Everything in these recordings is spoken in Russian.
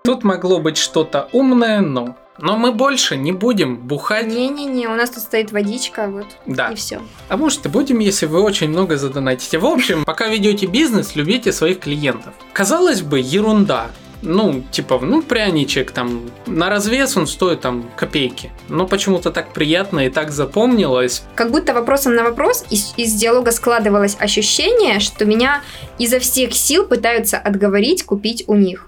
Тут могло быть что-то умное, но мы больше не будем бухать. Не-не-не, у нас тут стоит водичка, вот, да. И все. А может и будем, если вы очень много задонатите. В общем, пока ведете бизнес, любите своих клиентов. Казалось бы, ерунда. Пряничек там на развес он стоит там копейки. Но почему-то так приятно и так запомнилось. Как будто вопросом на вопрос из диалога складывалось ощущение, что меня изо всех сил пытаются отговорить купить у них.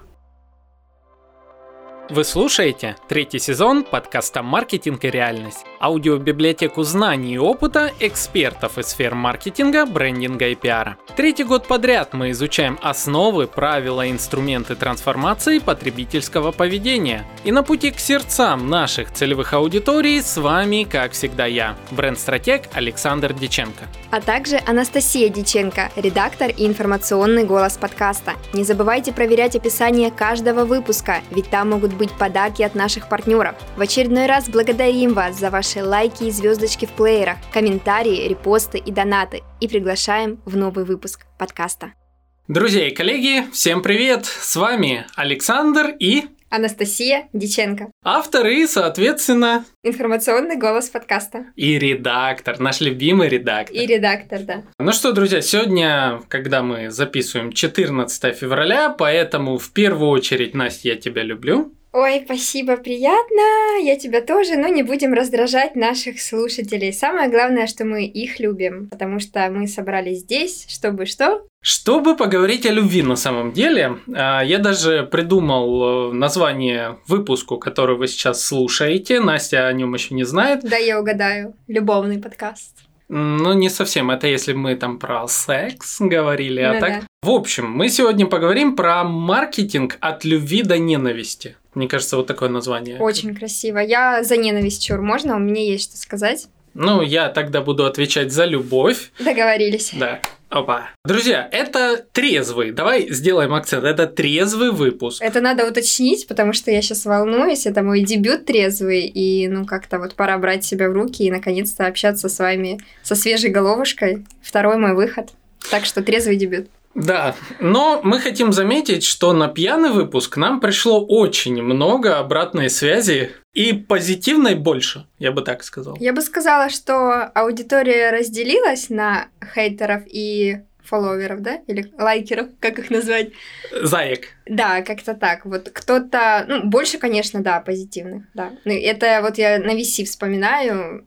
Вы слушаете 3-й сезон подкаста «Маркетинг и реальность». Аудиобиблиотеку знаний и опыта экспертов из сфер маркетинга, брендинга и пиара. 3-й год подряд мы изучаем основы, правила и инструменты трансформации потребительского поведения. И на пути к сердцам наших целевых аудиторий с вами, как всегда, я, бренд-стратег Александр Диченко. А также Анастасия Диченко, редактор и информационный голос подкаста. Не забывайте проверять описание каждого выпуска, ведь там могут быть подарки от наших партнеров. В очередной раз благодарим вас за ваши лайки и звездочки в плеерах, комментарии, репосты и донаты. И приглашаем в новый выпуск подкаста. Друзья и коллеги, всем привет! С вами Александр и Анастасия Диченко. Автор и, соответственно, информационный голос подкаста. И редактор, наш любимый редактор. И редактор, да. Ну что, друзья, сегодня, когда мы записываем 14 февраля, поэтому в первую очередь, Настя, я тебя люблю. Ой, спасибо, приятно, я тебя тоже, но не будем раздражать наших слушателей. Самое главное, что мы их любим, потому что мы собрались здесь, чтобы что? Чтобы поговорить о любви на самом деле. Я даже придумал название выпуску, который вы сейчас слушаете. Настя о нем еще не знает. Да, я угадаю. Любовный подкаст. Ну, не совсем. Это если мы там про секс говорили, а так... Да. В общем, мы сегодня поговорим про маркетинг от любви до ненависти. Мне кажется, вот такое название. Очень красиво. Я за ненависть, чур, можно? У меня есть что сказать. Ну, я тогда буду отвечать за любовь. Договорились. Да. Опа. Друзья, это трезвый. Давай сделаем акцент. Это трезвый выпуск. Это надо уточнить, потому что я сейчас волнуюсь. Это мой дебют трезвый. И, как-то вот пора брать себя в руки и, наконец-то, общаться с вами со свежей головушкой. Второй мой выход. Так что трезвый дебют. Да, но мы хотим заметить, что на пьяный выпуск нам пришло очень много обратной связи и позитивной больше, я бы так сказал. Я бы сказала, что аудитория разделилась на хейтеров и фолловеров, да? Или лайкеров, как их назвать? Заек. Да, как-то так. Вот кто-то... больше, конечно, да, позитивных, да. Это вот я на VC вспоминаю.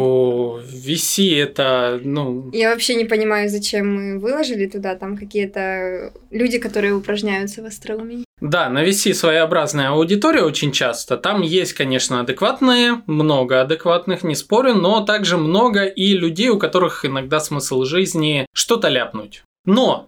О, VC это, Я вообще не понимаю, зачем мы выложили туда. Там какие-то люди, которые упражняются в остроумии. Да, на VC своеобразная аудитория очень часто. Там есть, конечно, адекватные, много адекватных, не спорю, но также много и людей, у которых иногда смысл жизни что-то ляпнуть. Но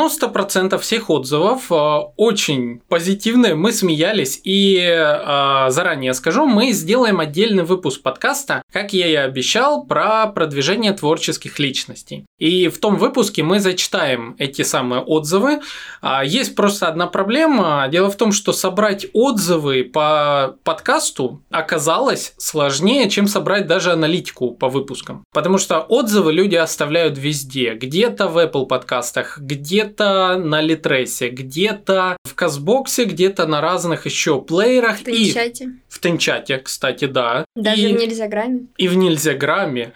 90% всех отзывов очень позитивные, мы смеялись, и заранее скажу, мы сделаем отдельный выпуск подкаста, как я и обещал, про продвижение творческих личностей. И в том выпуске мы зачитаем эти самые отзывы. Есть просто одна проблема. Дело в том, что собрать отзывы по подкасту оказалось сложнее, чем собрать даже аналитику по выпускам. Потому что отзывы люди оставляют везде. Где-то в Apple подкастах, где-то на Литресе, где-то в Казбоксе, где-то на разных еще плеерах. В Тенчате. В Тенчате, кстати, да. Даже в Нельзяграме. И в Нельзяграме.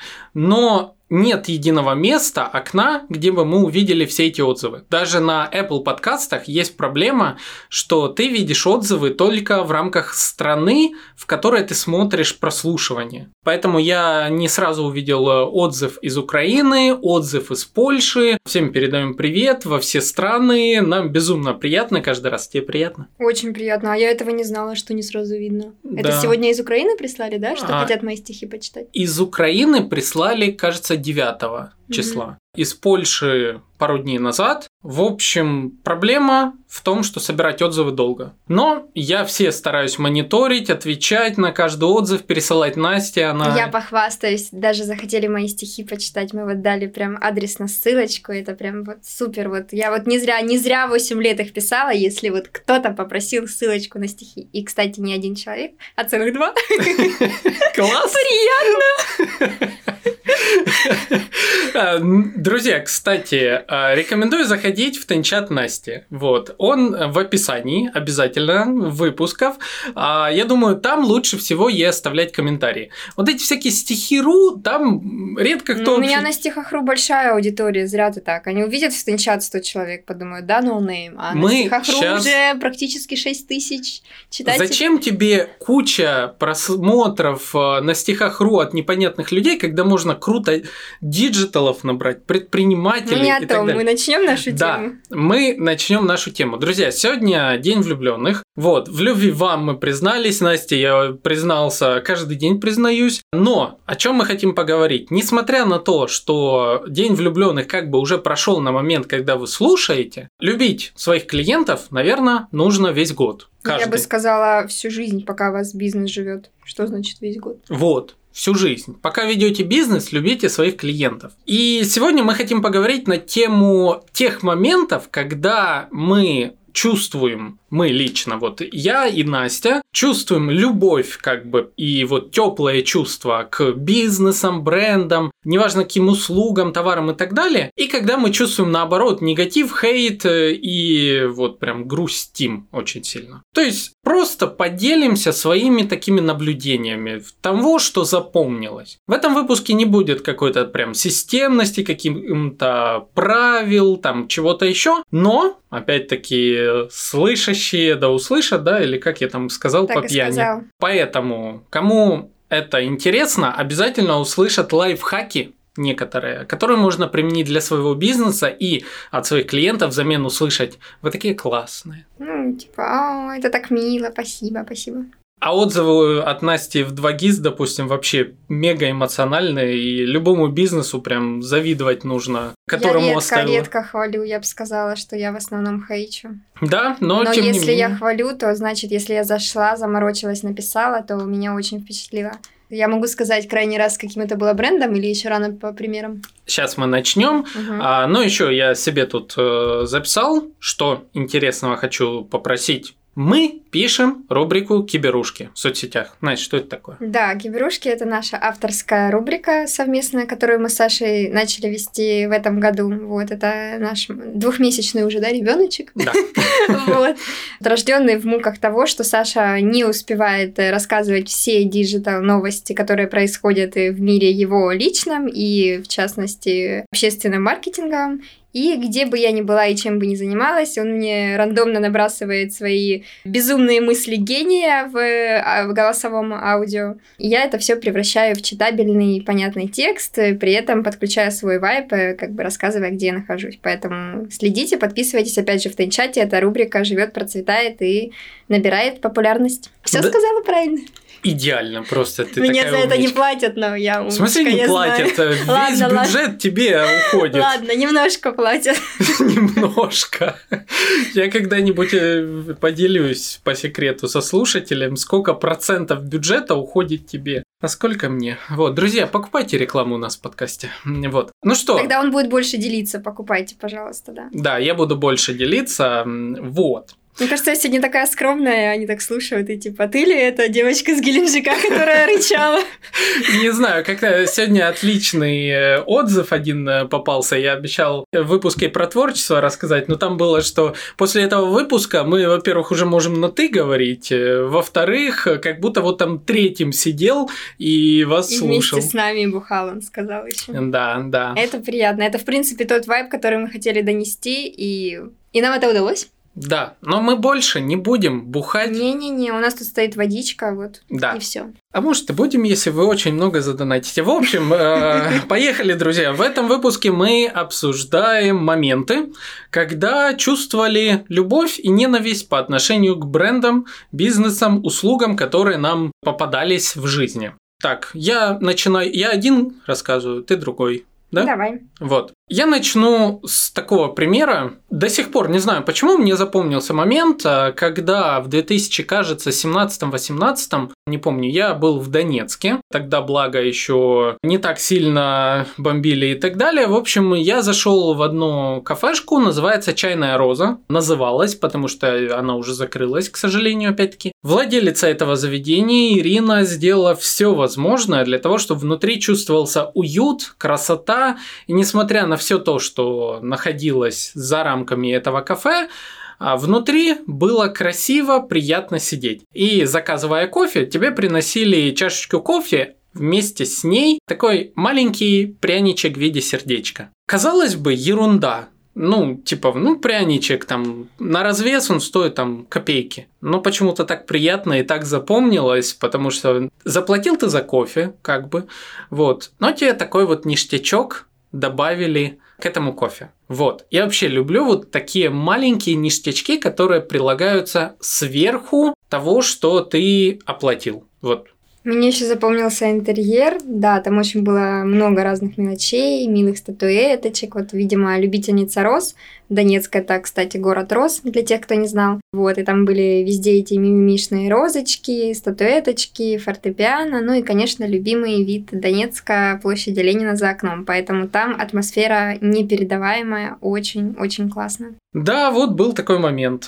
Но нет единого места, окна, где бы мы увидели все эти отзывы. Даже на Apple подкастах есть проблема, что ты видишь отзывы только в рамках страны, в которой ты смотришь прослушивание. Поэтому я не сразу увидел отзыв из Украины, отзыв из Польши. Всем передаем привет во все страны. Нам безумно приятно каждый раз. Тебе приятно? Очень приятно. А я этого не знала, что не сразу видно. Да. Это сегодня из Украины прислали, да? Что хотят мои стихи почитать? Из Украины прислали, кажется, 9 числа. Из Польши пару дней назад. В общем, проблема в том, что собирать отзывы долго. Но я все стараюсь мониторить, отвечать на каждый отзыв, пересылать Насте. Я похвастаюсь, даже захотели мои стихи почитать. Мы вот дали прям адресно ссылочку. Это прям вот супер. Вот я вот не зря 8 лет их писала, если вот кто-то попросил ссылочку на стихи. И, кстати, не один человек, а целых 2. Класс! Приятно! Друзья, кстати, рекомендую заходить в Тенчат Насти. Вот. Он в описании обязательно выпусков. Я думаю, там лучше всего ей оставлять комментарии. Вот эти всякие стихи.ру, там редко кто... У меня на стихах.ру большая аудитория, зря ты так. Они увидят в Тенчат 100 человек, подумают, да, ноунейм. А на стихах.ру уже практически 6 тысяч читателей. Зачем тебе куча просмотров на стихах.ру от непонятных людей, когда можно круто диджиталов набрать, предпринимателей и так далее? Мы начнем нашу тему. Да, мы начнем нашу тему. Друзья, сегодня день влюбленных. Вот, в любви вам мы признались, Настя, я признался, каждый день признаюсь. Но о чем мы хотим поговорить? Несмотря на то, что день влюбленных как бы уже прошел на момент, когда вы слушаете, любить своих клиентов, наверное, нужно весь год. Каждый. Я бы сказала, всю жизнь, пока у вас бизнес живет. Что значит весь год? Вот. Всю жизнь. Пока ведете бизнес, любите своих клиентов. И сегодня мы хотим поговорить на тему тех моментов, когда мы чувствуем, мы лично, вот я и Настя, чувствуем любовь, как бы, и вот теплое чувство к бизнесам, брендам, неважно каким услугам, товарам и так далее. И когда мы чувствуем, наоборот, негатив, хейт и вот прям грустим очень сильно. То есть просто поделимся своими такими наблюдениями того, что запомнилось. В этом выпуске не будет какой-то прям системности, каким-то правил, там чего-то еще, но опять-таки слышащие да услышат, да, или как я там сказал так по пьяни. Сказал. Поэтому, кому это интересно, обязательно услышат лайфхаки некоторые, которые можно применить для своего бизнеса и от своих клиентов взамен услышать: вы такие классные. Ну, типа, это так мило, спасибо. А отзывы от Насти в 2GIS, допустим, вообще мега эмоциональные, и любому бизнесу прям завидовать нужно, которому я редко хвалю, я бы сказала, что я в основном хейчу. Да, но тем не менее. Если я хвалю, то значит, если я зашла, заморочилась, написала, то меня очень впечатлило. Я могу сказать крайний раз, каким это было брендом, или еще рано по примерам? Сейчас мы начнем. Но еще я себе тут записал, что интересного хочу попросить. Мы пишем рубрику «Киберушки» в соцсетях. Настя, что это такое? Да, «Киберушки» — это наша авторская рубрика совместная, которую мы с Сашей начали вести в этом году. Вот, это наш 2-месячный уже, да, ребеночек. Да. Вот. Рожденный в муках того, что Саша не успевает рассказывать все диджитал-новости, которые происходят в мире его личном и, в частности, общественным маркетингом. И где бы я ни была и чем бы ни занималась, он мне рандомно набрасывает свои безумные мысли гения в голосовом аудио. И я это все превращаю в читабельный, понятный текст, при этом подключая свой вайб, как бы рассказывая, где я нахожусь. Поэтому следите, подписывайтесь, опять же, в Тенчате. Эта рубрика живет, процветает и набирает популярность. Все сказала правильно. Идеально, просто ты Мне такая за это умничка. Не платят, но я умничка. В смысле не платят? Весь бюджет тебе уходит. Ладно, немножко платят. Немножко. Я когда-нибудь поделюсь по секрету со слушателем, сколько процентов бюджета уходит тебе. А сколько мне? Вот, друзья, покупайте рекламу у нас в подкасте. Вот. Ну что? Тогда он будет больше делиться, покупайте, пожалуйста, да. Да, я буду больше делиться. Вот. Мне кажется, я сегодня такая скромная, они так слушают, и типа, ты ли эта девочка с Геленджика, которая рычала? Не знаю, как-то сегодня отличный отзыв один попался. Я обещал в выпуске про творчество рассказать, но там было, что после этого выпуска мы, во-первых, уже можем на «ты» говорить, во-вторых, как будто вот там третьим сидел и вас слушал. Вместе с нами бухал, он сказал еще. Да, да. Это приятно. Это, в принципе, тот вайб, который мы хотели донести, и нам это удалось. Да, но мы больше не будем бухать. Не-не-не, у нас тут стоит водичка, вот, да. И все. А может и будем, если вы очень много задонатите. В общем, поехали, друзья. В этом выпуске мы обсуждаем моменты, когда чувствовали любовь и ненависть по отношению к брендам, бизнесам, услугам, которые нам попадались в жизни. Так, я начинаю. Я один рассказываю, ты другой. Да? Давай. Вот. Я начну с такого примера. До сих пор не знаю, почему мне запомнился момент, когда в 2017-18, не помню, я был в Донецке. Тогда, благо, еще не так сильно бомбили и так далее. В общем, я зашел в одну кафешку, называется «Чайная роза». Называлась, потому что она уже закрылась, к сожалению, опять-таки. Владелица этого заведения, Ирина, сделала все возможное для того, чтобы внутри чувствовался уют, красота. И несмотря на все то, что находилось за рамками этого кафе, внутри было красиво, приятно сидеть. И заказывая кофе, тебе приносили чашечку кофе, вместе с ней такой маленький пряничек в виде сердечка. Казалось бы, ерунда. Пряничек там на развес он стоит там копейки. Но почему-то так приятно и так запомнилось, потому что заплатил ты за кофе, но тебе такой вот ништячок добавили к этому кофе. Я вообще люблю вот такие маленькие ништячки, которые прилагаются сверху того, что ты оплатил. Мне еще запомнился интерьер, да, там очень было много разных мелочей, милых статуэточек, видимо, любительница роз. Донецк — это, кстати, город роз, для тех, кто не знал. И там были везде эти мимимишные розочки, статуэточки, фортепиано, и, конечно, любимый вид Донецка — площади Ленина за окном, поэтому там атмосфера непередаваемая, очень-очень классно. Да, был такой момент.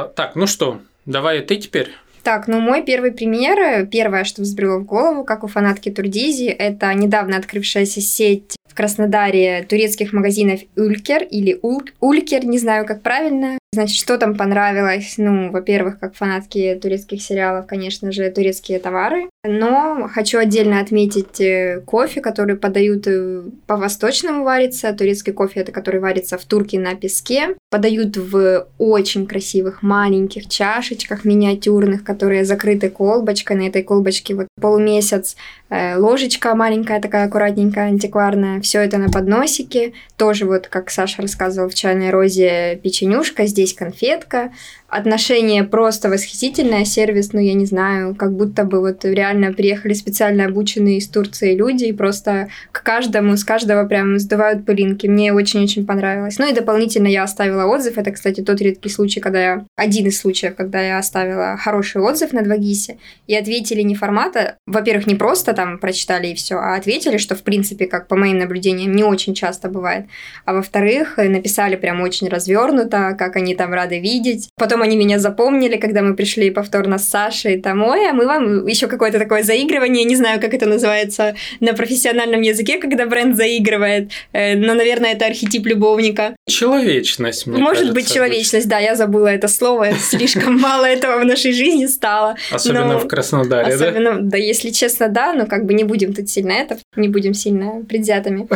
Давай ты теперь. Мой первый пример, первое, что взбрело в голову, как у фанатки Турдизи, это недавно открывшаяся сеть в Краснодаре турецких магазинов Ülker или Улькер, не знаю, как правильно. Значит, что там понравилось? Во-первых, как фанатки турецких сериалов, конечно же, турецкие товары. Но хочу отдельно отметить кофе, который подают по-восточному варится. Турецкий кофе — это который варится в турке на песке. Подают в очень красивых маленьких чашечках миниатюрных, которые закрыты колбочкой. На этой колбочке полумесяц, ложечка маленькая такая аккуратненькая, антикварная. Все это на подносике. Тоже как Саша рассказывал, в «Чайной розе» печенюшка, здесь конфетка. Отношение просто восхитительное, сервис, я не знаю, как будто бы реально приехали специально обученные из Турции люди и просто с каждого прям сдувают пылинки. Мне очень-очень понравилось. И дополнительно я оставила отзыв. Это, кстати, тот редкий случай, один из случаев, когда я оставила хороший отзыв на 2GIS, и ответили не формата, во-первых, не просто там прочитали и все, а ответили, что, в принципе, как по моим наблюдениям, не очень часто бывает. А во-вторых, написали прям очень развернуто, как они там рады видеть. Потом они меня запомнили, когда мы пришли повторно с Сашей, а мы вам еще какое-то такое заигрывание, не знаю, как это называется на профессиональном языке, когда бренд заигрывает, но, наверное, это архетип любовника. Человечность, мне Может кажется, быть, человечность, да, я забыла это слово, слишком мало этого в нашей жизни стало. Особенно в Краснодаре, да? Да, если честно, да, но не будем тут не будем сильно предвзятыми.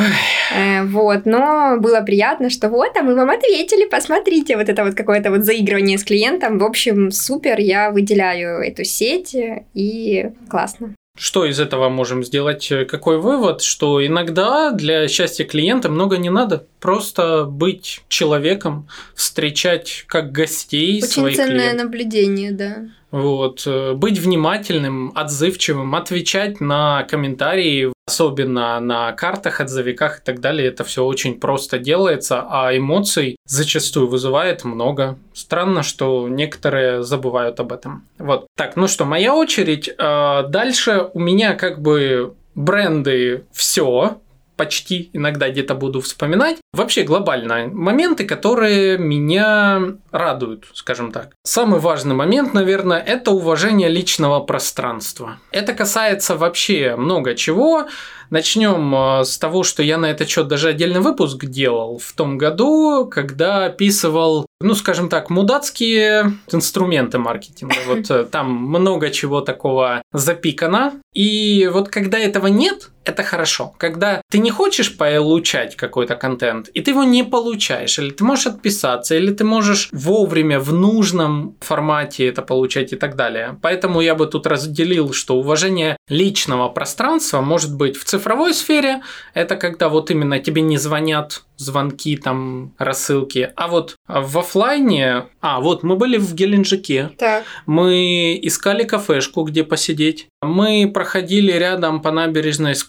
Но было приятно, что мы вам ответили, посмотрите, это какое-то заигрывание с клиентом. В общем, супер, я выделяю эту сеть, и классно. Что из этого можем сделать? Какой вывод? Что иногда для счастья клиента много не надо. Просто быть человеком, встречать как гостей своих клиентов. Очень ценное наблюдение, да. Быть внимательным, отзывчивым, отвечать на комментарии, особенно на картах, отзывиках и так далее. Это все очень просто делается, а эмоций зачастую вызывает много. Странно, что некоторые забывают об этом. Моя очередь. Дальше у меня бренды все. Почти иногда где-то буду вспоминать. Вообще глобально моменты, которые меня радуют, скажем так. Самый важный момент, наверное, это уважение личного пространства. Это касается вообще много чего. Начнем с того, что я на этот счет даже отдельный выпуск делал в том году, когда описывал, скажем так, мудацкие инструменты маркетинга. Там много чего такого запикано. И когда этого нет, это хорошо. Когда ты не хочешь получать какой-то контент, и ты его не получаешь, или ты можешь отписаться, или ты можешь вовремя в нужном формате это получать и так далее. Поэтому я бы тут разделил, что уважение личного пространства может быть в цифровой сфере. Это когда именно тебе не звонят, звонки, там, рассылки. А в офлайне... мы были в Геленджике. Так. Мы искали кафешку, где посидеть. Мы проходили рядом по набережной с кучей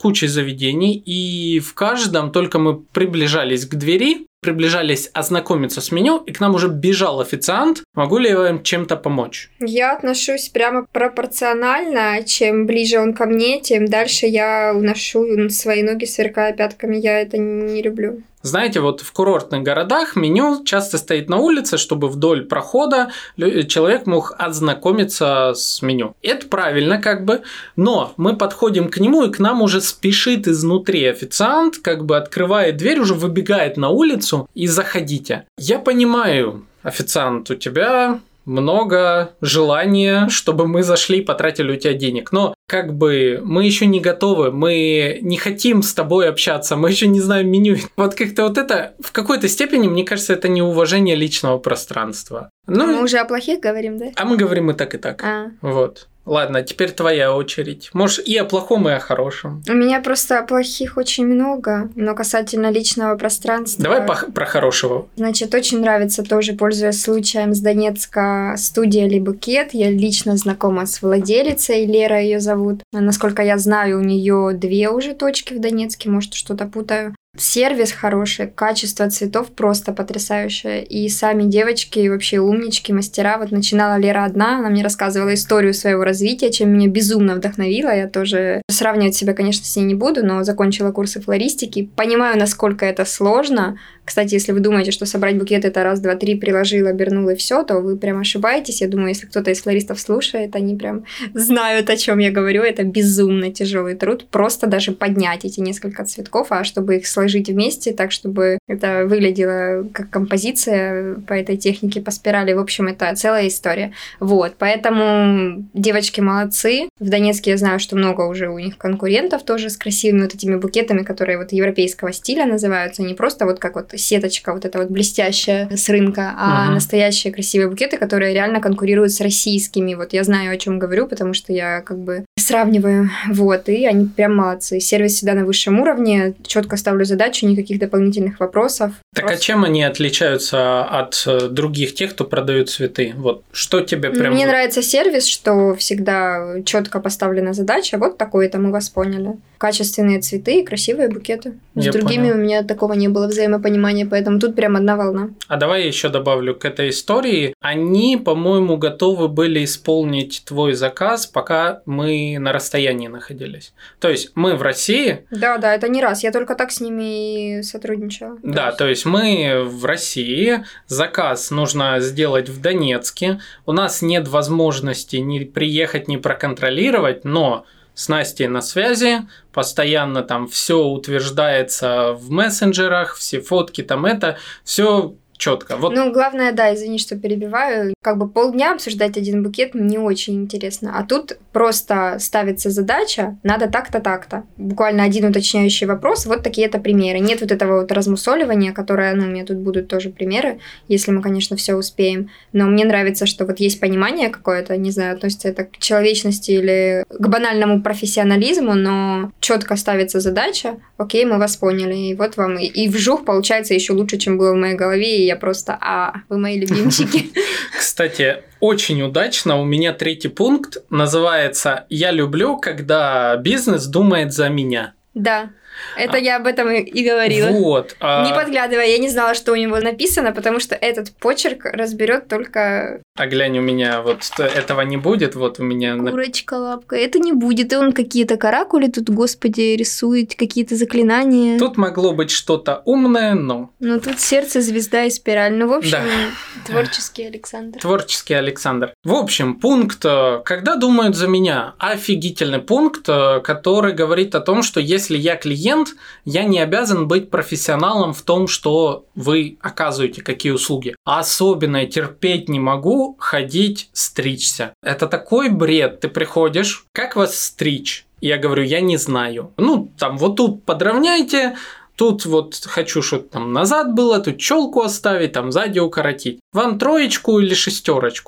кучей заведений, и в каждом только мы приближались к двери, приближались ознакомиться с меню, и к нам уже бежал официант. Могу ли я вам чем-то помочь? Я отношусь прямо пропорционально. Чем ближе он ко мне, тем дальше я уношу свои ноги, сверкая пятками. Я это не люблю. Знаете, вот в курортных городах меню часто стоит на улице, чтобы вдоль прохода человек мог ознакомиться с меню. Это правильно как бы, но мы подходим к нему, и к нам уже спешит изнутри официант, как бы открывает дверь, уже выбегает на улицу и заходите. Я понимаю, официант, у тебя много желания, чтобы мы зашли и потратили у тебя денег. Но как бы мы еще не готовы, мы не хотим с тобой общаться, мы еще не знаем меню. Вот как-то вот это в какой-то степени, мне кажется, это неуважение личного пространства. Мы уже о плохих говорим, да? А мы говорим и так, и так. Вот. Ладно, теперь твоя очередь. Можешь и о плохом, и о хорошем. У меня просто плохих очень много, но касательно личного пространства... Давай про хорошего. Значит, очень нравится тоже, пользуясь случаем, с Донецка студия «Le Bouquet». Я лично знакома с владелицей, Лера ее зовут. Насколько я знаю, у нее 2 уже точки в Донецке, может, что-то путаю. Сервис хороший, качество цветов просто потрясающее. И сами девочки, вообще умнички, мастера. Вот начинала Лера одна, она мне рассказывала историю своего развития, чем меня безумно вдохновила. Я тоже сравнивать себя, конечно, с ней не буду, но закончила курсы флористики. Понимаю, насколько это сложно. Кстати, если вы думаете, что собрать букет это раз, два, три, приложил, обернул и все, то вы прям ошибаетесь. Я думаю, если кто-то из флористов слушает, они прям знают, о чем я говорю. Это безумно тяжелый труд. Просто даже поднять эти несколько цветков, а чтобы их сложить вместе, так, чтобы это выглядело как композиция по этой технике, по спирали. В общем, это целая история. Вот, поэтому девочки молодцы. В Донецке я знаю, что много уже у них конкурентов тоже с красивыми вот этими букетами, которые вот европейского стиля называются. Не просто вот как вот сеточка вот эта вот блестящая с рынка, а настоящие красивые букеты, которые реально конкурируют с российскими. Вот я знаю, о чем говорю, потому что я как бы сравниваю. Вот, и они прям молодцы. Сервис всегда на высшем уровне. Четко ставлю задачу, никаких дополнительных вопросов. Так просто... А чем они отличаются от других тех, кто продает цветы? Вот что тебе прям... Мне нравится сервис, что всегда четко поставлена задача. Вот такое-то мы вас поняли. Качественные цветы и красивые букеты. С другими у меня такого не было взаимопонимания, поэтому тут прям одна волна. А давай я еще добавлю к этой истории. Они, по-моему, готовы были исполнить твой заказ, пока мы на расстоянии находились. То есть мы в России... Да, это не раз. Я только так с ними и сотрудничала. Да, то есть мы в России, заказ нужно сделать в Донецке. У нас нет возможности ни приехать, ни проконтролировать, но... С Настей на связи, постоянно там все утверждается в мессенджерах, все фотки там это, все четко. Вот. Ну, главное, да, извини, что перебиваю, как бы полдня обсуждать один букет не очень интересно, а тут просто ставится задача, надо так-то, так-то. Буквально один уточняющий вопрос, вот такие-то примеры. Нет вот этого вот размусоливания, которое, у меня тут будут тоже примеры, если мы, конечно, все успеем, но мне нравится, что вот есть понимание какое-то, не знаю, относится это к человечности или к банальному профессионализму, но четко ставится задача, окей, мы вас поняли, и вот вам, и вжух получается еще лучше, чем было в моей голове, и я просто, вы мои любимчики. Кстати, очень удачно. У меня 3-й пункт называется «Я люблю, когда бизнес думает за меня». Да. Это я об этом и говорила. Вот. Не подглядывай, я не знала, что у него написано, потому что этот почерк разберет только... А глянь, у меня вот этого не будет, вот у меня... Курочка, лапка, это не будет. И он какие-то каракули тут, господи, рисует, какие-то заклинания. Тут могло быть что-то умное, но... Ну, тут сердце, звезда и спираль. Ну, в общем, да. Творческий Александр. Творческий Александр. В общем, пункт «Когда думают за меня?» Офигительный пункт, который говорит о том, что если я клиент, я не обязан быть профессионалом в том, что вы оказываете, какие услуги. Особенно я терпеть не могу ходить стричься. Это такой бред. Ты приходишь, как вас стричь? Я говорю, я не знаю. Там вот тут подровняйте, тут вот хочу, чтобы там назад было, тут челку оставить, там сзади укоротить. Вам 3 или 6?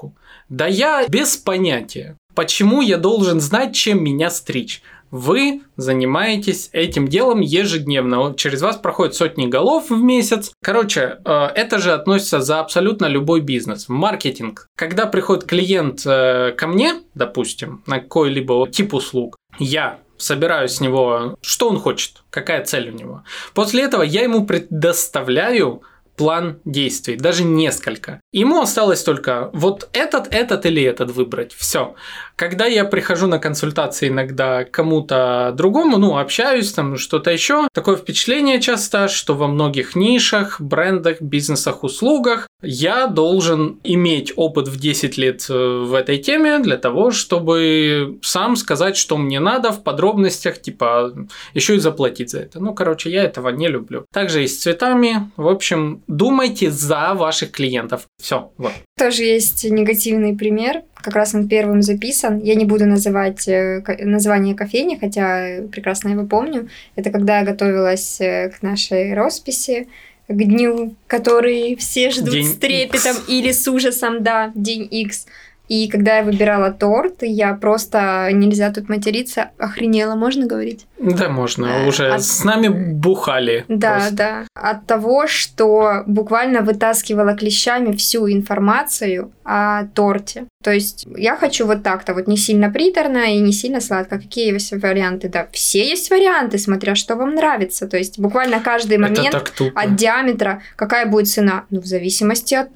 Да я без понятия. Почему я должен знать, чем меня стричь? Вы занимаетесь этим делом ежедневно. Через вас проходят сотни голов в месяц. Короче, это же относится за абсолютно любой бизнес. Маркетинг. Когда приходит клиент ко мне, допустим, на какой-либо тип услуг, я собираю с него, что он хочет, какая цель у него. После этого я ему предоставляю план действий, даже несколько. Ему осталось только вот этот или этот выбрать. Все. Когда я прихожу на консультации иногда к кому-то другому, общаюсь, там что-то еще, такое впечатление часто, что во многих нишах, брендах, бизнесах, услугах я должен иметь опыт в 10 лет в этой теме для того, чтобы сам сказать, что мне надо в подробностях, еще и заплатить за это. Я этого не люблю. Также и с цветами. В общем, думайте за ваших клиентов. Все. Вот. Тоже есть негативный пример. Как раз он первым записан. Я не буду называть название кофейни, хотя прекрасно его помню. Это когда я готовилась к нашей росписи, к дню, который все ждут день с трепетом X. Или с ужасом, да, день X. И когда я выбирала торт, я просто, нельзя тут материться, охренела, можно говорить? Да, можно, уже с нами бухали. Да, просто. Да. От того, что буквально вытаскивала клещами всю информацию о торте. То есть я хочу вот так-то, вот не сильно приторно и не сильно сладко. Какие есть варианты? Да, все есть варианты, смотря что вам нравится. То есть буквально каждый момент от диаметра, какая будет цена? В зависимости от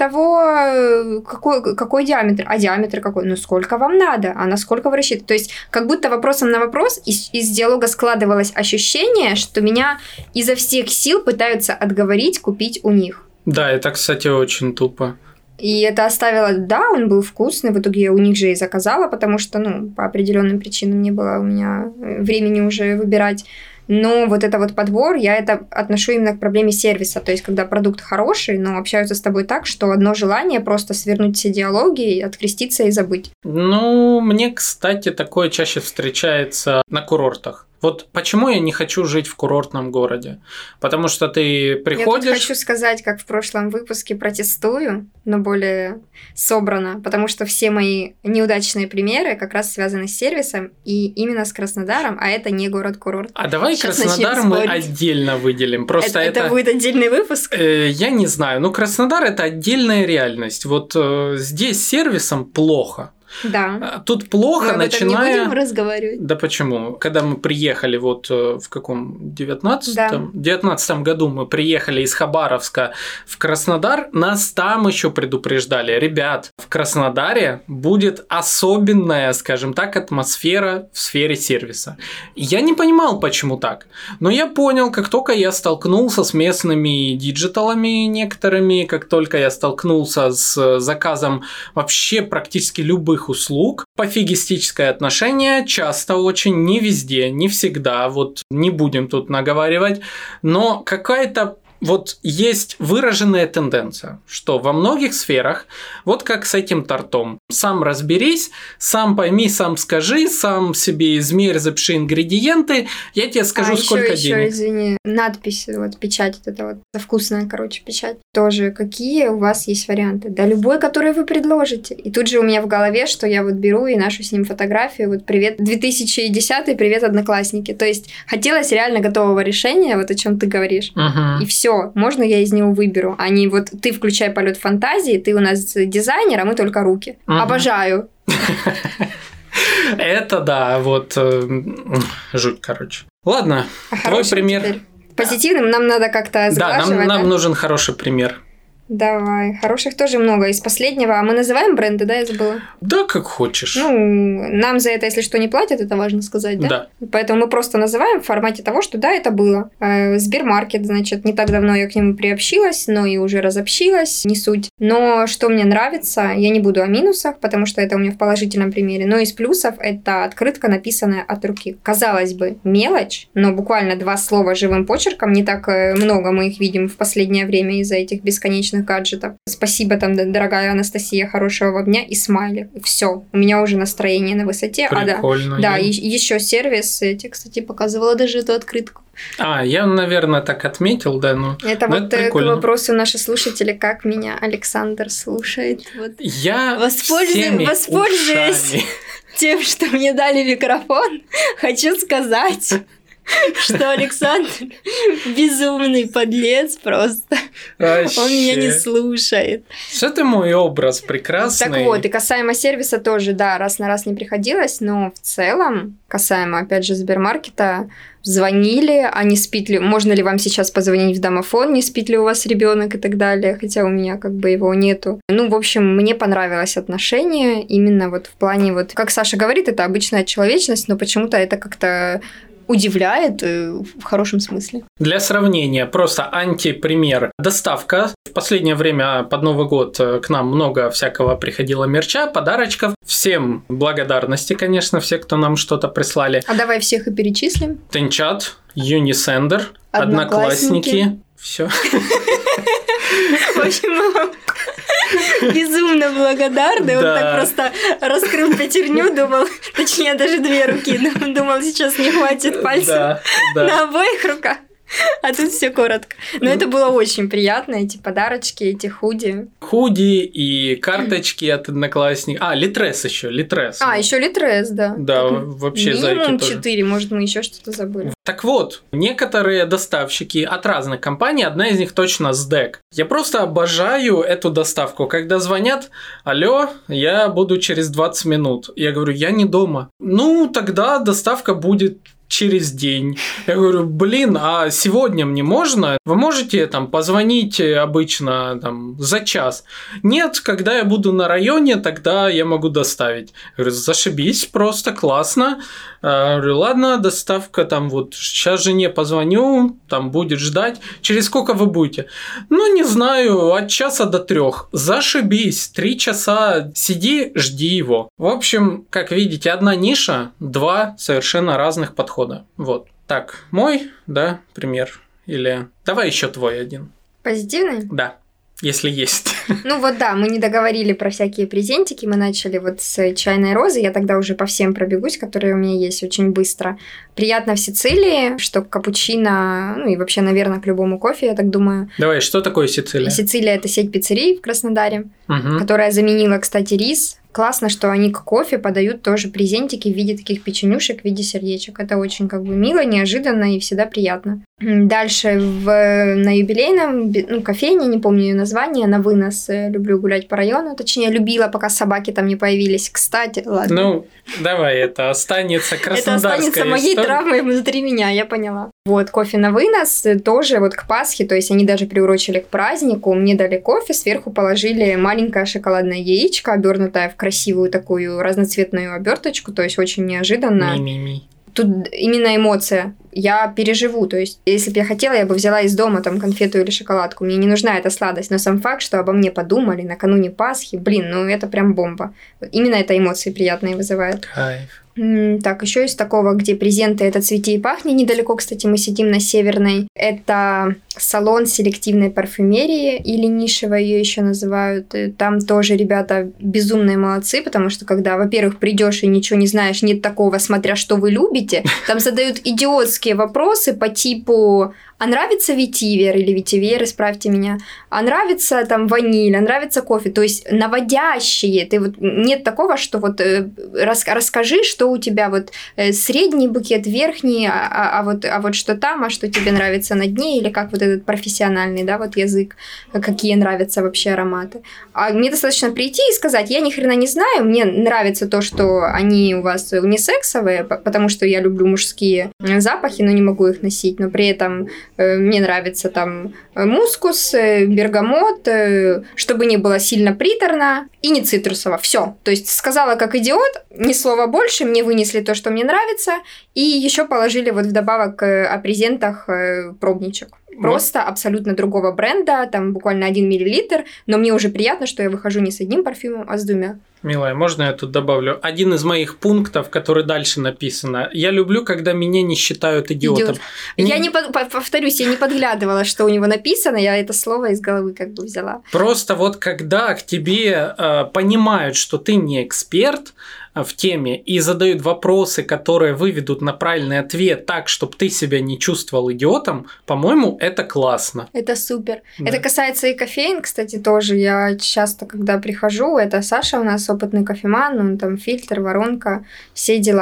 того, какой диаметр. А диаметр какой? Сколько вам надо? А насколько вы рассчитываете? То есть как будто вопросом на вопрос из диалога складывалось ощущение, что меня изо всех сил пытаются отговорить купить у них. Да, это, кстати, очень тупо. И это оставило, да, он был вкусный, в итоге я у них же и заказала, потому что, по определенным причинам не было у меня времени уже выбирать. Но вот это вот подбор, я это отношу именно к проблеме сервиса. То есть, когда продукт хороший, но общаются с тобой так, что одно желание просто свернуть все диалоги, откреститься и забыть. Мне, кстати, такое чаще встречается на курортах. Вот почему я не хочу жить в курортном городе? Потому что ты приходишь... Я тут хочу сказать, как в прошлом выпуске, протестую, но более собрано, потому что все мои неудачные примеры как раз связаны с сервисом и именно с Краснодаром, а это не город-курорт. А давай сейчас Краснодар мы отдельно выделим. Просто это будет отдельный выпуск? Я не знаю. Краснодар – это отдельная реальность. Вот здесь с сервисом плохо. Да. Тут плохо, начиная... не будем разговаривать. Да почему? Когда мы приехали в каком 19-м году мы приехали из Хабаровска в Краснодар, нас там еще предупреждали. Ребят, в Краснодаре будет особенная, скажем так, атмосфера в сфере сервиса. Я не понимал, почему так. Но я понял, как только я столкнулся с местными диджиталами некоторыми, как только я столкнулся с заказом вообще практически любых услуг. Пофигистическое отношение часто очень, не везде, не всегда, вот не будем тут наговаривать, но какая-то вот есть выраженная тенденция, что во многих сферах, вот как с этим тортом, сам разберись, сам пойми, сам скажи, сам себе измерь, запиши ингредиенты, я тебе скажу, сколько денег. Извини, надпись, вот печать, это вкусная, печать. Тоже какие у вас есть варианты? Да любой, который вы предложите. И тут же у меня в голове, что я вот беру и ношу с ним фотографию, вот привет 2010, привет одноклассники. То есть хотелось реально готового решения, вот о чем ты говоришь. Угу. И все, можно я из него выберу, а не вот ты включай полет фантазии, ты у нас дизайнер, а мы только руки. Угу. Обожаю. Это да, вот жуть, Ладно, твой пример. Теперь. Позитивным нам надо как-то сглаживать. Да, нам нужен хороший пример. Давай. Хороших тоже много. Из последнего. А мы называем бренды, да, я забыла? Да, как хочешь. Нам за это, если что, не платят, это важно сказать, да? Да. Поэтому мы просто называем в формате того, что да, это было. Сбермаркет, значит, не так давно я к нему приобщилась, но и уже разобщилась, не суть. Но что мне нравится, я не буду о минусах, потому что это у меня в положительном примере, но из плюсов это открытка, написанная от руки. Казалось бы, мелочь, но буквально 2 слова живым почерком, не так много мы их видим в последнее время из-за этих бесконечных гаджетов. Спасибо там, дорогая Анастасия, хорошего вам дня и смайлик. Все, у меня уже настроение на высоте. Прикольно. Да, еще сервис. Я тебе, кстати, показывала даже эту открытку. Я, наверное, так отметил, да, но это вот это к вопросу наши слушатели, как меня Александр слушает. Вот. Я воспользуюсь тем, что мне дали микрофон, хочу сказать, что Александр безумный подлец просто. Вообще. Он меня не слушает. Что ты мой образ прекрасный. Так вот, и касаемо сервиса тоже, да, раз на раз не приходилось, но в целом, касаемо, опять же, Сбермаркета, звонили, а не спит ли, можно ли вам сейчас позвонить в домофон, не спит ли у вас ребенок и так далее, хотя у меня как бы его нету. Ну, в общем, мне понравилось отношение именно вот в плане вот, как Саша говорит, это обычная человечность, но почему-то это как-то удивляет в хорошем смысле. Для сравнения, просто антипример. Доставка. В последнее время под Новый год к нам много всякого приходило мерча, подарочков. Всем благодарности, конечно, все, кто нам что-то прислали. А давай всех и перечислим. Тенчат, Юнисендер, Одноклассники. Все. В общем, мы вам безумно благодарны. Он так просто раскрыл пятерню, думал, точнее, даже 2 руки, думал, сейчас не хватит пальцев на обоих руках. А тут все коротко. Но это было очень приятно, эти подарочки, эти худи. Худи и карточки от Одноклассников. Литрес еще, Литрес. Еще Литрес, да. Да, вообще зайки тоже. Минимум 4, может, мы еще что-то забыли. Так вот, некоторые доставщики от разных компаний, одна из них точно СДЭК. Я просто обожаю эту доставку. Когда звонят: алло, я буду через 20 минут. Я говорю, я не дома. Ну, тогда доставка будет через день. Я говорю, блин, а сегодня мне можно? Вы можете там позвонить обычно там за час? Нет, когда я буду на районе, тогда я могу доставить. Я говорю, зашибись, просто классно. Я говорю, ладно, доставка там вот, сейчас жене позвоню, там будет ждать. Через сколько вы будете? Ну, не знаю, от часа до 3. Зашибись, 3 часа сиди, жди его. В общем, как видите, одна ниша, 2 совершенно разных подхода. Вот. Так, мой, да, пример. Или давай еще твой один. Позитивный? Да, если есть. Ну вот да, мы не договорили про всякие презентики, мы начали вот с чайной розы, я тогда уже по всем пробегусь, которые у меня есть, очень быстро. Приятно в Сицилии, что капучино, ну и вообще, наверное, к любому кофе, я так думаю. Давай, что такое Сицилия? Сицилия – это сеть пиццерий в Краснодаре, которая заменила, кстати, рис. Классно, что они к кофе подают тоже презентики в виде таких печенюшек, в виде сердечек. Это очень как бы мило, неожиданно и всегда приятно. Дальше на юбилейном, кофейне, не помню ее название, на вынос. Люблю гулять по району, точнее, любила, пока собаки там не появились. Кстати, ладно. Ну, давай, это останется краснодарская Это останется моей травмой внутри меня, я поняла. Вот, кофе на вынос тоже вот к Пасхе, то есть они даже приурочили к празднику. Мне дали кофе, сверху положили маленькое шоколадное яичко, обернутое в красивую такую разноцветную оберточку, то есть очень неожиданно. Тут именно эмоция. Я переживу, то есть если бы я хотела, я бы взяла из дома там конфету или шоколадку. Мне не нужна эта сладость, но сам факт, что обо мне подумали накануне Пасхи, ну это прям бомба. Именно это эмоции приятные вызывает. Кайф. Так, еще из такого, где презенты, это «Цвети и пахни». Недалеко, кстати, мы сидим на Северной. Это салон селективной парфюмерии, или нишево ее еще называют. И там тоже ребята безумные молодцы, потому что когда, во-первых, придешь и ничего не знаешь, нет такого, смотря что вы любите, там задают идиотские вопросы по типу: а нравится ветивер или ветивер, исправьте меня, а нравится там ваниль, а нравится кофе, то есть наводящие. Ты вот, нет такого, что вот расскажи, что у тебя вот средний букет, верхний, а вот что там, а что тебе нравится на дне, или как вот этот профессиональный, да, вот язык, какие нравятся вообще ароматы. А мне достаточно прийти и сказать: я ни хрена не знаю, мне нравится то, что они у вас унисексовые, потому что я люблю мужские запахи, но не могу их носить, но при этом мне нравится там мускус, бергамот, чтобы не было сильно приторно и не цитрусово. Все. То есть сказала как идиот, ни слова больше, мне вынесли то, что мне нравится, и еще положили вот вдобавок о презентах пробничек. Просто абсолютно другого бренда, там буквально 1 миллилитр, но мне уже приятно, что я выхожу не с одним парфюмом, а с 2. Милая, можно я тут добавлю? Один из моих пунктов, который дальше написано. Я люблю, когда меня не считают идиотом. Я не повторюсь, я не подглядывала, что у него написано, я это слово из головы как бы взяла. Просто вот когда к тебе понимают, что ты не эксперт в теме и задают вопросы, которые выведут на правильный ответ так, чтобы ты себя не чувствовал идиотом, по-моему, это классно. Это супер. Да. Это касается и кофеин, кстати, тоже. Я часто, когда прихожу, это Саша у нас опытный кофеман, он там фильтр, воронка, все дела.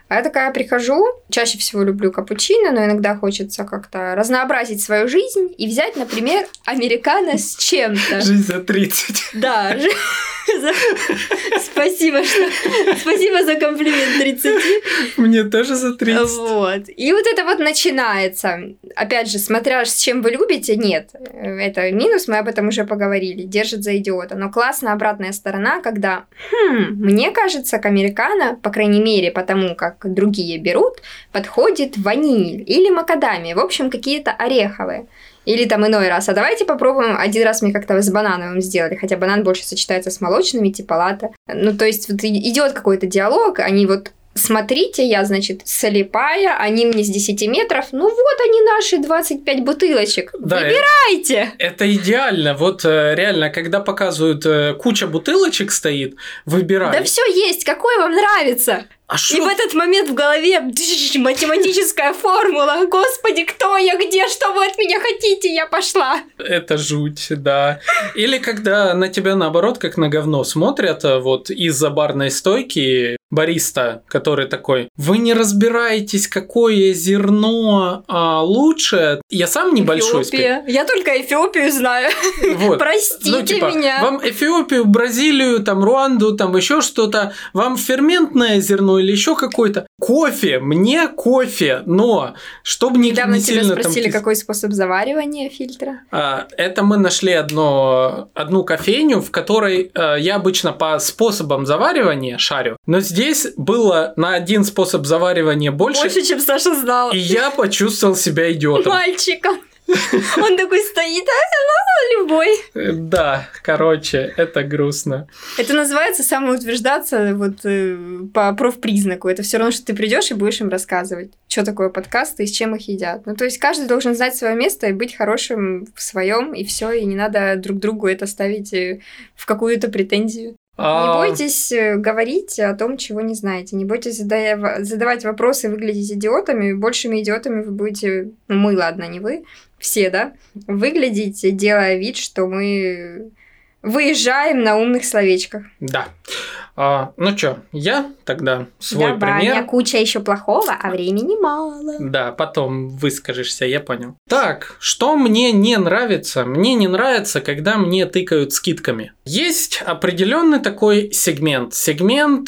А я такая прихожу, чаще всего люблю капучино, но иногда хочется как-то разнообразить свою жизнь и взять, например, американо с чем-то. Жизнь за 30. Да, спасибо за комплимент 30. Мне тоже за 30. Вот. И вот это вот начинается. Опять же, смотря с чем вы любите, нет. Это минус, мы об этом уже поговорили. Держит за идиота. Но классная обратная сторона, когда, мне кажется, к американо, по крайней мере, потому как другие берут, подходит ваниль или макадамия. В общем, какие-то ореховые. Или там иной раз. А давайте попробуем. Один раз мы как-то с банановым сделали, хотя банан больше сочетается с молочными, типа латте. Ну, то есть вот идет какой-то диалог, они вот смотрите, я, значит, слепая, они мне с 10 метров, ну вот они наши 25 бутылочек, да, выбирайте! Это идеально, вот реально, когда показывают, куча бутылочек стоит, выбирай. Да все есть, какой вам нравится? И в этот момент в голове математическая формула. Господи, кто я, где, что вы от меня хотите, я пошла. Это жуть, да. Или когда на тебя наоборот, как на говно смотрят, вот из-за барной стойки бариста, который такой: вы не разбираетесь, какое зерно лучше. Я сам небольшой. Эфиопия. Я только Эфиопию знаю. Вот. Простите меня. Вам Эфиопию, Бразилию, там Руанду, там еще что-то. Вам ферментное зерно или еще какой-то. Кофе, мне кофе, но чтобы не недавно сильно тебя спросили, какой способ заваривания фильтра. Это мы нашли одну кофейню, в которой я обычно по способам заваривания шарю, но здесь было на один способ заваривания больше, чем Саша знал. И я почувствовал себя идиотом. Мальчиком. Он такой стоит, любой. Да, короче, это грустно. Это называется самоутверждаться вот по профпризнаку. Это все равно, что ты придешь и будешь им рассказывать, что такое подкасты и с чем их едят. Ну, то есть каждый должен знать свое место и быть хорошим в своем, и все, и не надо друг другу это ставить в какую-то претензию. Не бойтесь говорить о том, чего не знаете. Не бойтесь задавать вопросы и выглядеть идиотами. Большими идиотами вы будете... Ну, мы, ладно, не вы. Все, да? Выглядите, делая вид, что мы выезжаем на умных словечках. Да. Ну чё, я тогда свой пример. У меня куча еще плохого, а времени мало. Да, потом выскажешься, я понял. Так, что мне не нравится? Мне не нравится, когда мне тыкают скидками. Есть определенный такой сегмент. Сегмент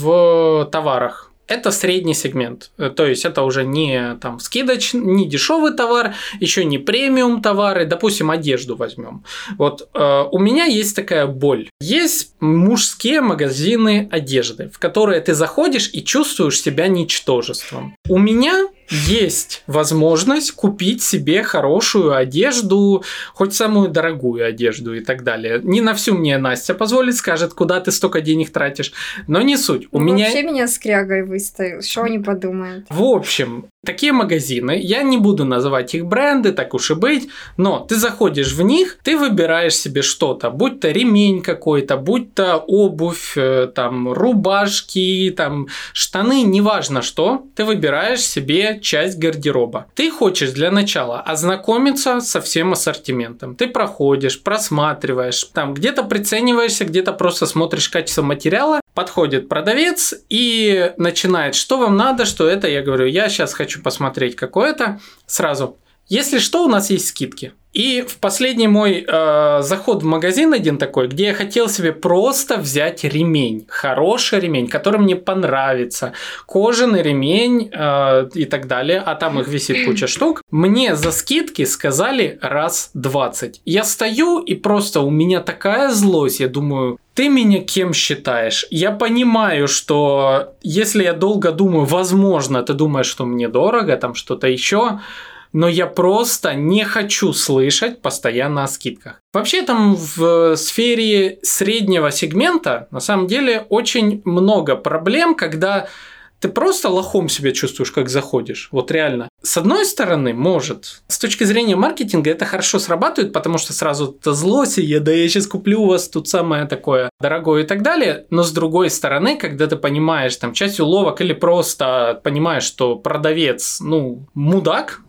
в товарах. Это средний сегмент, то есть это уже не там не дешевый товар, еще не премиум товары, допустим, одежду возьмем. Вот у меня есть такая боль. Есть мужские магазины одежды, в которые ты заходишь и чувствуешь себя ничтожеством. У меня есть возможность купить себе хорошую одежду, хоть самую дорогую одежду и так далее. Не на всю мне Настя позволит, скажет, куда ты столько денег тратишь, но не суть. Вообще меня скрягой выставил, что они подумают? В общем, такие магазины, я не буду называть их бренды, так уж и быть, но ты заходишь в них, ты выбираешь себе что-то, будь то ремень какой-то, будь то обувь, там, рубашки, там, штаны, неважно что, ты выбираешь себе часть гардероба. Ты хочешь для начала ознакомиться со всем ассортиментом. Ты проходишь, просматриваешь, там где-то прицениваешься, где-то просто смотришь качество материала. Подходит продавец и начинает, что вам надо, что это. Я говорю, я сейчас хочу посмотреть какое-то. Сразу, если что, у нас есть скидки. И в последний мой заход в магазин один такой, где я хотел себе просто взять ремень, хороший ремень, который мне понравится, кожаный ремень и так далее, а там их висит куча штук, мне за скидки сказали раз 20. Я стою и просто у меня такая злость, я думаю, ты меня кем считаешь? Я понимаю, что если я долго думаю, возможно, ты думаешь, что мне дорого, там что-то еще, но я просто не хочу слышать постоянно о скидках. Вообще там в сфере среднего сегмента на самом деле очень много проблем, когда ты просто лохом себя чувствуешь, как заходишь. Вот реально. С одной стороны, может, с точки зрения маркетинга это хорошо срабатывает, потому что сразу это злость, я сейчас куплю у вас тут самое такое дорогое и так далее. Но с другой стороны, когда ты понимаешь там часть уловок или просто понимаешь, что продавец, мудак,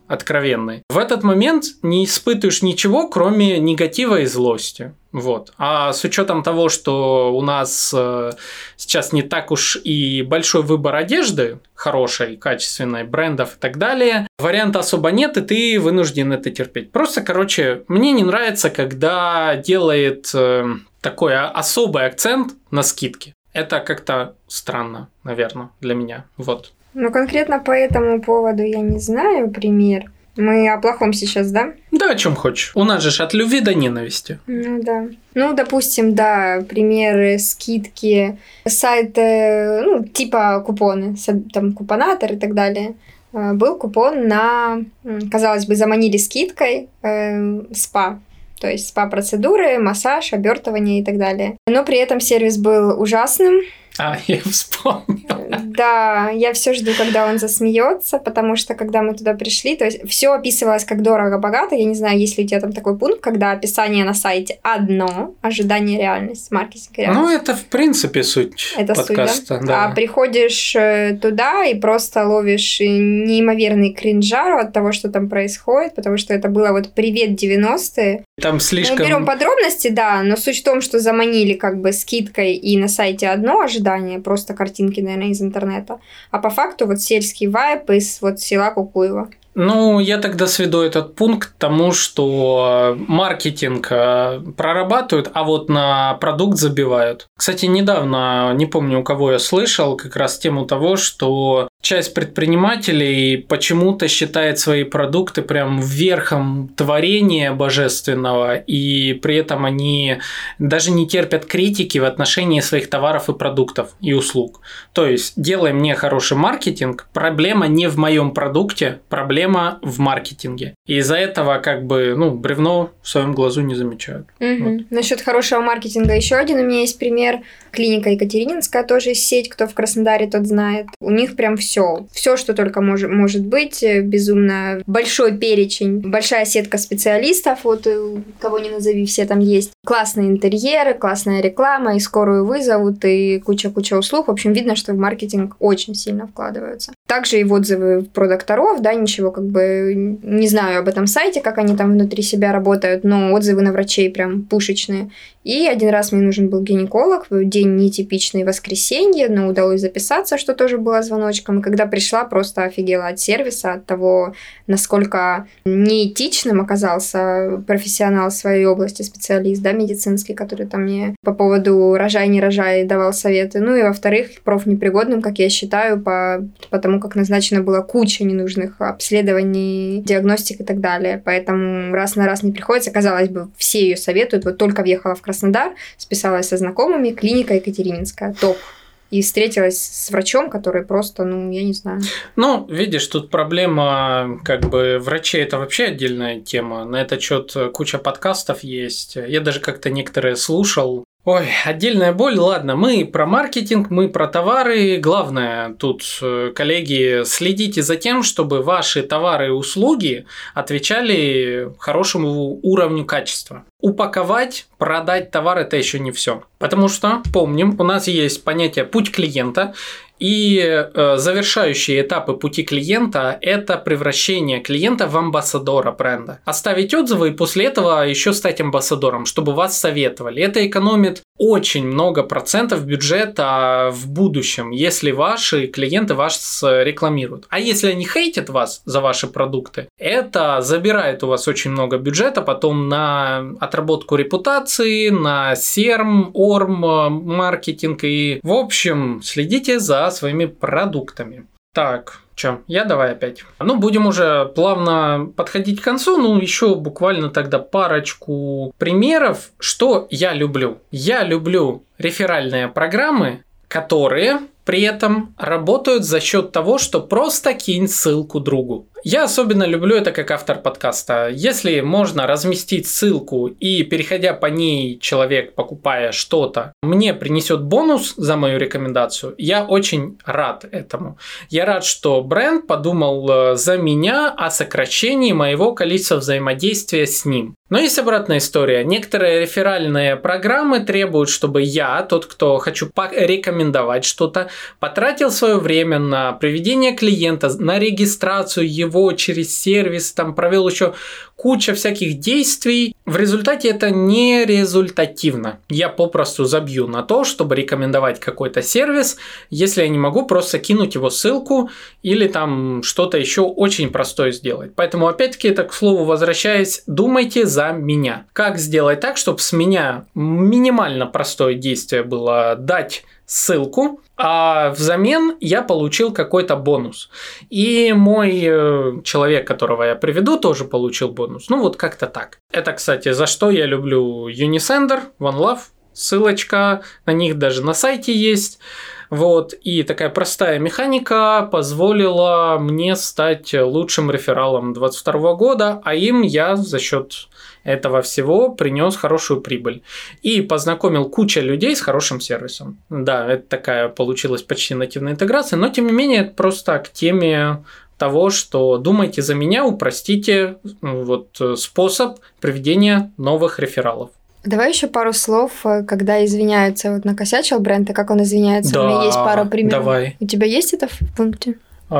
откровенный, в этот момент не испытываешь ничего, кроме негатива и злости. Вот. А с учетом того, что у нас сейчас не так уж и большой выбор одежды, хорошей, качественной, брендов и так далее, варианта особо нет, и ты вынужден это терпеть. Просто, мне не нравится, когда делает такой особый акцент на скидки. Это как-то странно, наверное, для меня. Вот. Конкретно по этому поводу я не знаю пример. Мы о плохом сейчас, да? Да, о чем хочешь. У нас же от любви до ненависти. Да. Допустим, да, примеры, скидки, сайты, типа купоны, там купонатор и так далее. Был купон на, казалось бы, заманили скидкой спа. То есть спа-процедуры, массаж, обертывание и так далее. Но при этом сервис был ужасным. Я вспомнил. Да, я все жду, когда он засмеется, потому что когда мы туда пришли, то есть все описывалось как дорого-богато. Я не знаю, есть ли у тебя там такой пункт, когда описание на сайте одно, ожидание реальность, маркетинг реальность. Это в принципе суть подкаста. Суть, да? Да. А приходишь туда и просто ловишь неимоверный кринжар от того, что там происходит, потому что это было привет 90-е. Там слишком... Мы берем подробности, да, но суть в том, что заманили скидкой и на сайте одно ожидание, просто картинки, наверное, из интернета, а по факту сельский вайб из села Кукуева. Я тогда сведу этот пункт к тому, что маркетинг прорабатывают, а на продукт забивают. Кстати, недавно, не помню, у кого я слышал, как раз тему того, что часть предпринимателей почему-то считает свои продукты прям верхом творения божественного, и при этом они даже не терпят критики в отношении своих товаров и продуктов и услуг. То есть, делай мне хороший маркетинг, проблема не в моем продукте, проблема в маркетинге. И из-за этого бревно в своем глазу не замечают. Вот. Насчет хорошего маркетинга еще один у меня есть пример. Клиника Екатерининская тоже есть сеть, кто в Краснодаре, тот знает. У них прям все, что только может быть, безумно большой перечень, большая сетка специалистов, кого не назови, все там есть. Классные интерьеры, классная реклама, и скорую вызовут, и куча услуг. В общем, видно, что в маркетинг очень сильно вкладываются. Также и отзывы про докторов, да, ничего не знаю об этом сайте, как они там внутри себя работают, но отзывы на врачей прям пушечные. И один раз мне нужен был гинеколог, день нетипичный, воскресенье, но удалось записаться, что тоже было звоночком. И когда пришла, просто офигела от сервиса, от того, насколько неэтичным оказался профессионал в своей области, специалист, да, медицинский, который там мне по поводу рожай, не рожай давал советы. И во-вторых, профнепригодным, как я считаю, потому как назначена была куча ненужных обследований, диагностик и так далее. Поэтому раз на раз не приходится. Казалось бы, все ее советуют. Только въехала в Краснодар, списалась со знакомыми, клиника Екатерининская, топ. И встретилась с врачом, который просто, я не знаю. Видишь, тут проблема, врачей – это вообще отдельная тема. На этот счет куча подкастов есть. Я даже как-то некоторые слушал. Ой, отдельная боль. Ладно, мы про маркетинг, мы про товары. Главное тут, коллеги, следите за тем, чтобы ваши товары и услуги отвечали хорошему уровню качества. Упаковать, продать товар – это еще не все. Потому что, помним, у нас есть понятие «путь клиента», и завершающие этапы пути клиента – это превращение клиента в амбассадора бренда. Оставить отзывы и после этого еще стать амбассадором, чтобы вас советовали. Это экономит очень много процентов бюджета в будущем, если ваши клиенты вас рекламируют. А если они хейтят вас за ваши продукты, это забирает у вас очень много бюджета потом на отработку репутации, на CRM, ORM, маркетинг и, в общем, следите за своими продуктами. Так, я давай опять. Будем уже плавно подходить к концу, еще буквально тогда парочку примеров, что я люблю. Я люблю реферальные программы, которые при этом работают за счет того, что просто кинь ссылку другу. Я особенно люблю это как автор подкаста. Если можно разместить ссылку и, переходя по ней, человек, покупая что-то, мне принесет бонус за мою рекомендацию, я очень рад этому. Я рад, что бренд подумал за меня о сокращении моего количества взаимодействия с ним. Но есть обратная история. Некоторые реферальные программы требуют, чтобы я, тот, кто хочу порекомендовать что-то, потратил свое время на приведение клиента, на регистрацию его через сервис, там провел еще куча всяких действий. В результате это не результативно. Я попросту забью на то, чтобы рекомендовать какой-то сервис, если я не могу просто кинуть его ссылку или там что-то еще очень простое сделать. Поэтому, опять-таки, это, к слову, возвращаясь, думайте за меня. Как сделать так, чтобы с меня минимально простое действие было дать ссылку, а взамен я получил какой-то бонус. И мой человек, которого я приведу, тоже получил бонус. Ну вот как-то так. Это, кстати, за что я люблю Unisender, OneLove. Ссылочка на них даже на сайте есть. Вот. И такая простая механика позволила мне стать лучшим рефералом 2022 года, а им я за счет этого всего принес хорошую прибыль. И познакомил кучу людей с хорошим сервисом. Да, это такая получилась почти нативная интеграция, но тем не менее это просто к теме того, что думайте за меня, упростите вот способ приведения новых рефералов. Давай еще пару слов, когда извиняются. Вот накосячил бренд, и как он извиняется. Да, у меня есть пара примеров. Давай. У тебя есть это в пункте?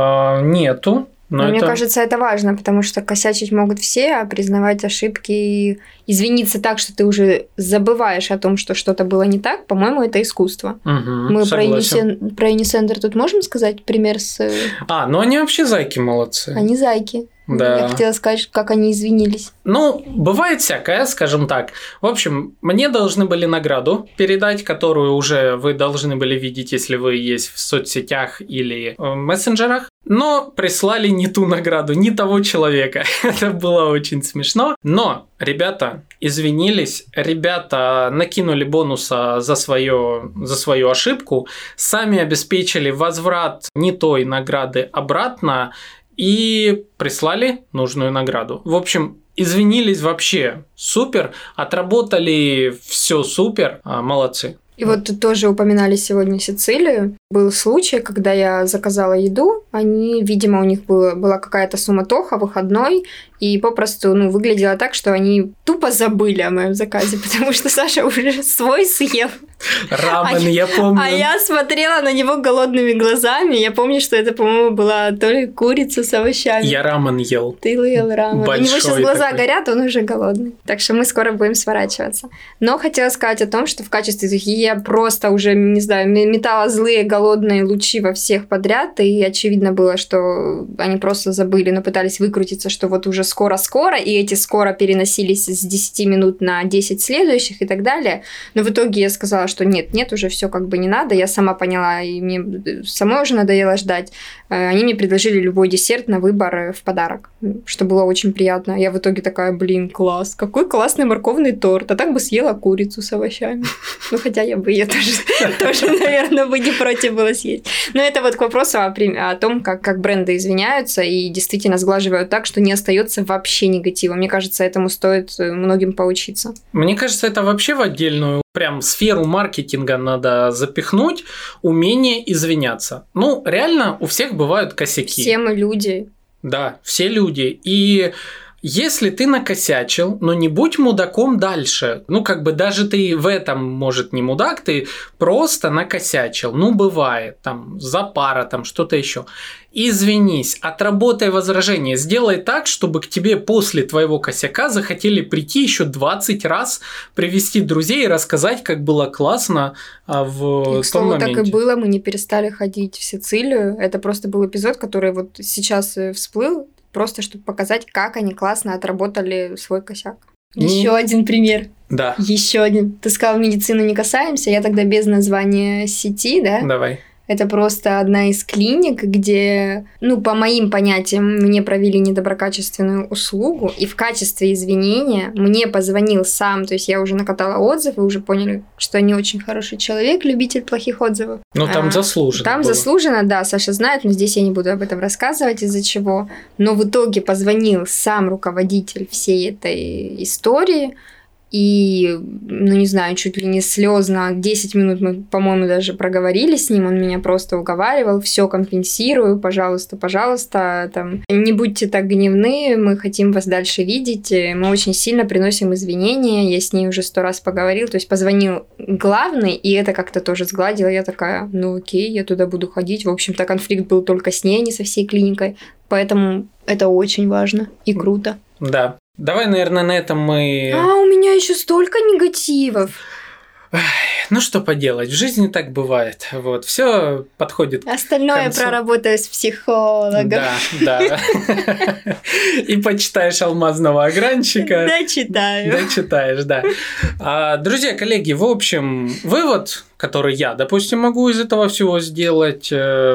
Нету. Но мне кажется, это важно, потому что косячить могут все, а признавать ошибки и извиниться так, что ты уже забываешь о том, что что-то было не так, по-моему, это искусство. Мы согласен. про Unisender тут можем сказать пример с... ну они вообще зайки молодцы. Они зайки. Да. Я хотела сказать, как они извинились. Ну, бывает всякое, скажем так. В общем, мне должны были награду передать, которую уже вы должны были видеть, если вы есть в соцсетях или в мессенджерах. Но прислали не ту награду, не того человека. Это было очень смешно. Но ребята извинились, ребята накинули бонуса за свою ошибку, сами обеспечили возврат не той награды обратно, и прислали нужную награду. В общем, извинились вообще супер, отработали все супер, молодцы. И вот тут тоже упоминали сегодня Сицилию. Был случай, когда я заказала еду, видимо, у них была какая-то суматоха, выходной, и попросту выглядело так, что они тупо забыли о моем заказе, потому что Саша уже свой съел. Рамен, я помню. А я смотрела на него голодными глазами. Я помню, что это, по-моему, была то ли курица с овощами. Я рамен ел. Ты ел рамен. Большой у него сейчас глаза такой. горят, он уже голодный. Так что мы скоро будем сворачиваться. Но хотела сказать о том, что в качестве я просто уже, не знаю, метала злые голодные лучи во всех подряд, и очевидно было, что они просто забыли, но пытались выкрутиться, что вот уже скоро-скоро, и эти скоро переносились с 10 минут на 10 следующих и так далее. Но в итоге я сказала, что нет, уже все как бы не надо. Я сама поняла, и мне самой уже надоело ждать. Они мне предложили любой десерт на выбор в подарок, что было очень приятно. Я в итоге такая, класс, какой классный морковный торт. А так бы съела курицу с овощами. Ну, хотя я бы ее тоже, наверное, бы не против было съесть. Но это вот к вопросу о том, как бренды извиняются и действительно сглаживают так, что не остается вообще негатива. Мне кажется, этому стоит многим поучиться. Мне кажется, это вообще в отдельную прям сферу маркетинга надо запихнуть, умение извиняться. Ну, реально, у всех бывают косяки. Все мы люди. Да, все люди. И если ты накосячил, но не будь мудаком дальше. Даже ты в этом, может, не мудак, ты просто накосячил. Бывает, там, запара, там, что-то еще. Извинись, отработай возражение. Сделай так, чтобы к тебе после твоего косяка захотели прийти еще 20 раз, привести друзей и рассказать, как было классно в том моменте. Так и было, мы не перестали ходить в Сицилию. Это просто был эпизод, который вот сейчас всплыл, просто чтобы показать, как они классно отработали свой косяк. Еще один пример. Да. Еще один. Ты сказал, медицину не касаемся, я тогда без названия сети, да? Давай. Это просто одна из клиник, где, по моим понятиям, мне провели недоброкачественную услугу, и в качестве извинения мне позвонил сам, то есть я уже накатала отзывы, уже поняли, что я не очень хороший человек, любитель плохих отзывов. Там заслуженно. Там было. Заслуженно, да, Саша знает, но здесь я не буду об этом рассказывать, из-за чего. Но в итоге позвонил сам руководитель всей этой истории, И, не знаю, чуть ли не слезно. 10 минут мы, по-моему, даже проговорили с ним. Он меня просто уговаривал. Все компенсирую, пожалуйста, пожалуйста. Там, не будьте так гневны, мы хотим вас дальше видеть. Мы очень сильно приносим извинения. Я с ней уже 100 раз поговорил. То есть позвонил главный, и это как-то тоже сгладило. Я такая, окей, я туда буду ходить. В общем-то, конфликт был только с ней, а не со всей клиникой. Поэтому это очень важно и круто. Да. Давай, наверное, на этом мы... У меня еще столько негативов. Ну, что поделать, в жизни так бывает. Вот, все подходит Остальное к концу. Проработаю с психологом. Да. И почитаешь «Алмазного огранщика». Дочитаешь, да. Друзья, коллеги, в общем, вывод, который я, допустим, могу из этого всего сделать,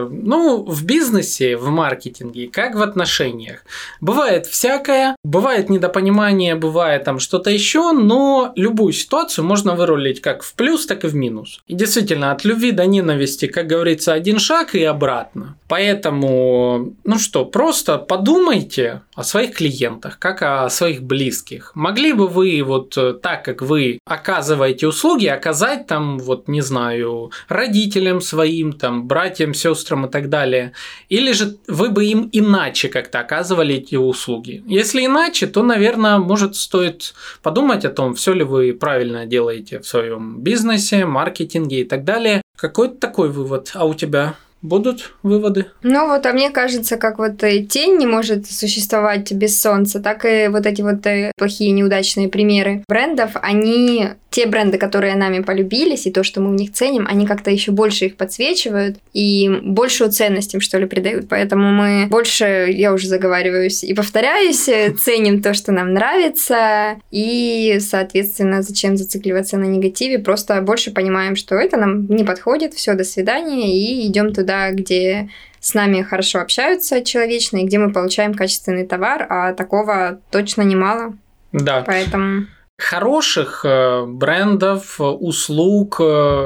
в бизнесе, в маркетинге, как в отношениях. Бывает всякое, бывает недопонимание, бывает там что-то еще, но любую ситуацию можно вырулить как в плюс, так и в минус. И действительно, от любви до ненависти, как говорится, один шаг и обратно. Поэтому, просто подумайте о своих клиентах, как о своих близких. Могли бы вы так, как вы оказываете услуги, оказать там, не знаю, родителям своим, там, братьям, сестрам и так далее. Или же вы бы им иначе как-то оказывали эти услуги. Если иначе, то, наверное, может, стоит подумать о том, все ли вы правильно делаете в своем бизнесе, маркетинге и так далее. Какой-то такой вывод. А у тебя будут выводы? А мне кажется, как тень не может существовать без солнца, так и эти плохие, неудачные примеры брендов, они... Те бренды, которые нами полюбились, и то, что мы в них ценим, они как-то еще больше их подсвечивают и большую ценность им, что ли, придают. Поэтому мы больше, я уже заговариваюсь и повторяюсь, ценим то, что нам нравится, и, соответственно, зачем зацикливаться на негативе, просто больше понимаем, что это нам не подходит, все, до свидания, и идем туда, где с нами хорошо общаются человечно, и где мы получаем качественный товар, а такого точно немало. Да. Поэтому... Хороших брендов, услуг,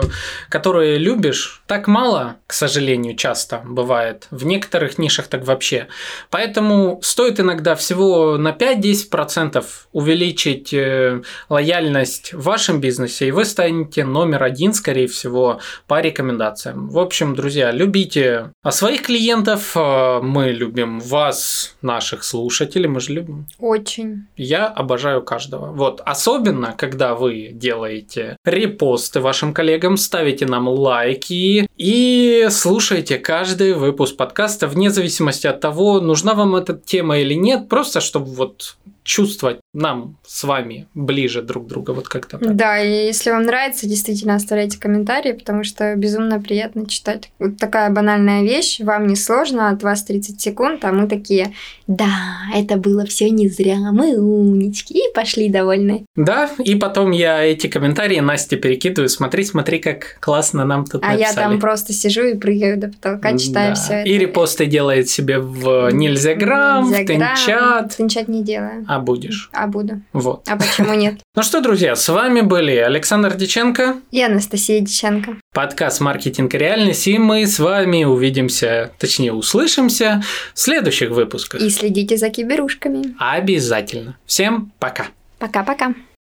которые любишь, так мало, к сожалению, часто бывает. В некоторых нишах так вообще. Поэтому стоит иногда всего на 5-10% увеличить лояльность в вашем бизнесе, и вы станете номер 1, скорее всего, по рекомендациям. В общем, друзья, любите своих клиентов, мы любим вас, наших слушателей, мы же любим. Очень. Я обожаю каждого. Особенно, когда вы делаете репосты вашим коллегам, ставите нам лайки и слушаете каждый выпуск подкаста вне зависимости от того, нужна вам эта тема или нет, просто чтобы чувствовать нам с вами ближе друг друга, как-то так. Да, и если вам нравится, действительно оставляйте комментарии, потому что безумно приятно читать. Такая банальная вещь, вам не сложно, от вас 30 секунд, а мы такие, да, это было все не зря, мы умнички, и пошли довольны. Да, и потом я эти комментарии Насте перекидываю, смотри, как классно нам тут написали. А я там просто сижу и прыгаю до потолка, читаю все это. И репосты делает себе в Нельзяграм, в Тинчат. Тинчат не делаю. А будешь? А буду. Вот. А почему нет? Ну что, друзья, с вами были Александр Диченко и Анастасия Диченко. Подкаст «Маркетинг и реальность», и мы с вами увидимся, точнее услышимся в следующих выпусках. И следите за киберушками. Обязательно. Всем пока. Пока-пока.